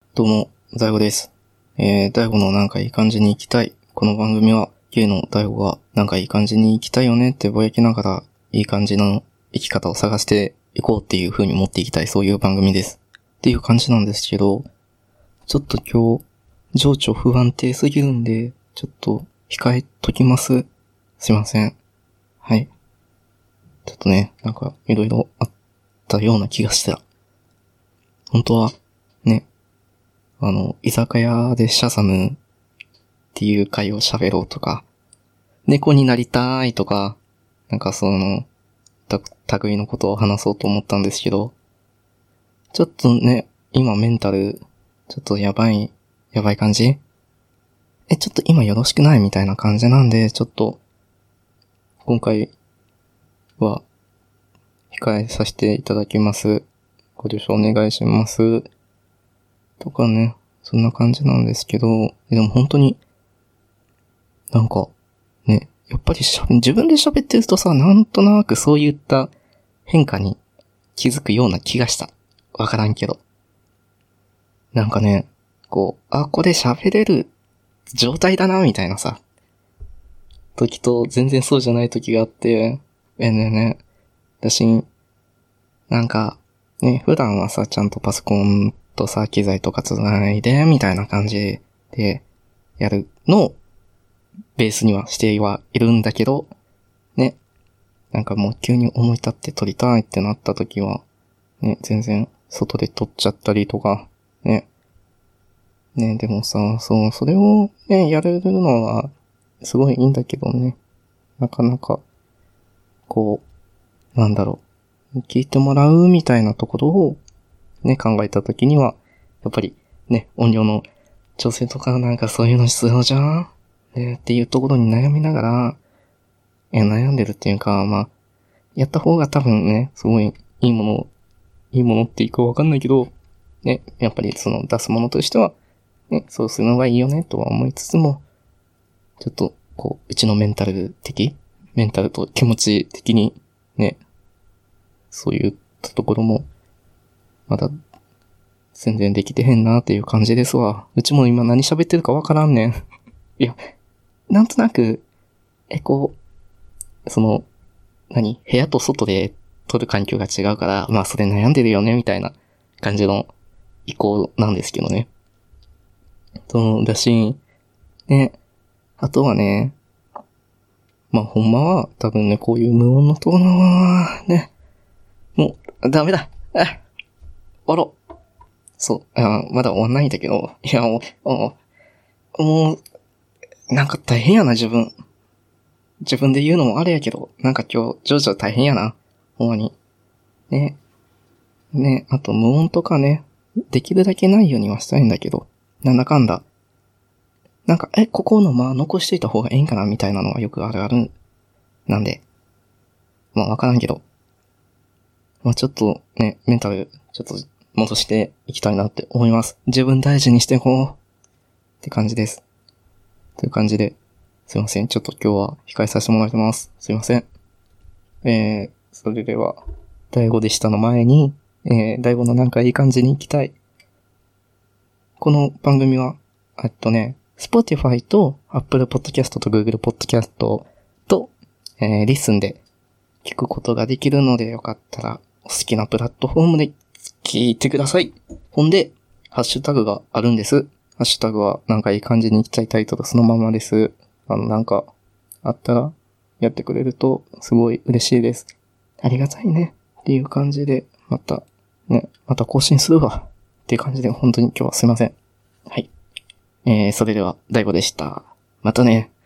どうも、大悟です。大悟のなんかいい感じに行きたい。この番組は、K の大悟がなんかいい感じに行きたいよねってぼやきながら、いい感じの生き方を探していこうっていう風に持っていきたい、そういう番組です。っていう感じなんですけど、ちょっと今日、情緒不安定すぎるんで、ちょっと控えときます。すいません。はい。ちょっとね、なんかいろいろあったような気がした。本当は、ね、居酒屋でシャサムっていう回を喋ろうとか、猫になりたいとか、なんか類のことを話そうと思ったんですけど、ちょっとね、今メンタル、ちょっとやばい感じ？ちょっと今よろしくないみたいな感じなんで、ちょっと、今回は、控えさせていただきます。ご了承お願いします。とかね、そんな感じなんですけど、でも本当に、なんか、ね、やっぱり自分で喋ってるとさ、なんとなくそういった変化に気づくような気がした。わからんけど。なんかね、これ喋れる状態だな、みたいなさ、時と全然そうじゃない時があって、だし、なんか、ね、普段はさ、ちゃんとパソコンとさ、機材とか繋いで、みたいな感じでやるのをベースにはしてはいるんだけど、ね、なんかもう急に思い立って撮りたいってなった時は、ね、全然外で撮っちゃったりとか、ね。ね、でもさ、それをね、やれるのは、すごいいいんだけどね。なかなか、聞いてもらうみたいなところを、ね、考えた時には、やっぱり、ね、音量の調整とかなんかそういうの必要じゃんね、っていうところに悩みながら、悩んでるっていうか、まあ、やった方が多分ね、すごいいいものっていうかわかんないけど、ね、やっぱりその出すものとしては、ね、そうするのがいいよねとは思いつつも、ちょっと、うちのメンタルと気持ち的に、ね、そういったところも、まだ、全然できてへんなっていう感じですわ。うちも今何喋ってるかわからんねん。いや、なんとなく、部屋と外で撮る環境が違うから、まあそれ悩んでるよね、みたいな感じの意向なんですけどね。だし、ね、あとはね、まあほんまは多分ね、こういう無音のトーナーはね、もうダメだ。終わろう。そう、まだ終わんないんだけど、いやもう、なんか大変やな、自分。自分で言うのもあれやけど、なんか今日、徐々大変やな。ほんまに。ね。ね、あと無音とかね、できるだけないようにはしたいんだけど、なんだかんだ。なんか、ここの間残しといた方がいいんかなみたいなのはよくある。なんで。まあわからんけど。まあちょっとね、メンタル、ちょっと戻していきたいなって思います。自分大事にしていこう。って感じです。という感じで、すいません。ちょっと今日は控えさせてもらってます。すいません。それでは、第5でしたの前に、第5のなんかいい感じに行きたい。この番組は、Spotify と Apple Podcast と Google Podcast と、リスンで聞くことができるのでよかったら、お好きなプラットフォームで聞いてください。ほんで、ハッシュタグがあるんです。ハッシュタグはなんかいい感じに行きたいタイトルそのままです。なんか、あったら、やってくれると、すごい嬉しいです。ありがたいね。っていう感じで、また更新するわ。っていう感じで、本当に今日はすいません。はい。それでは、大悟でした。またね。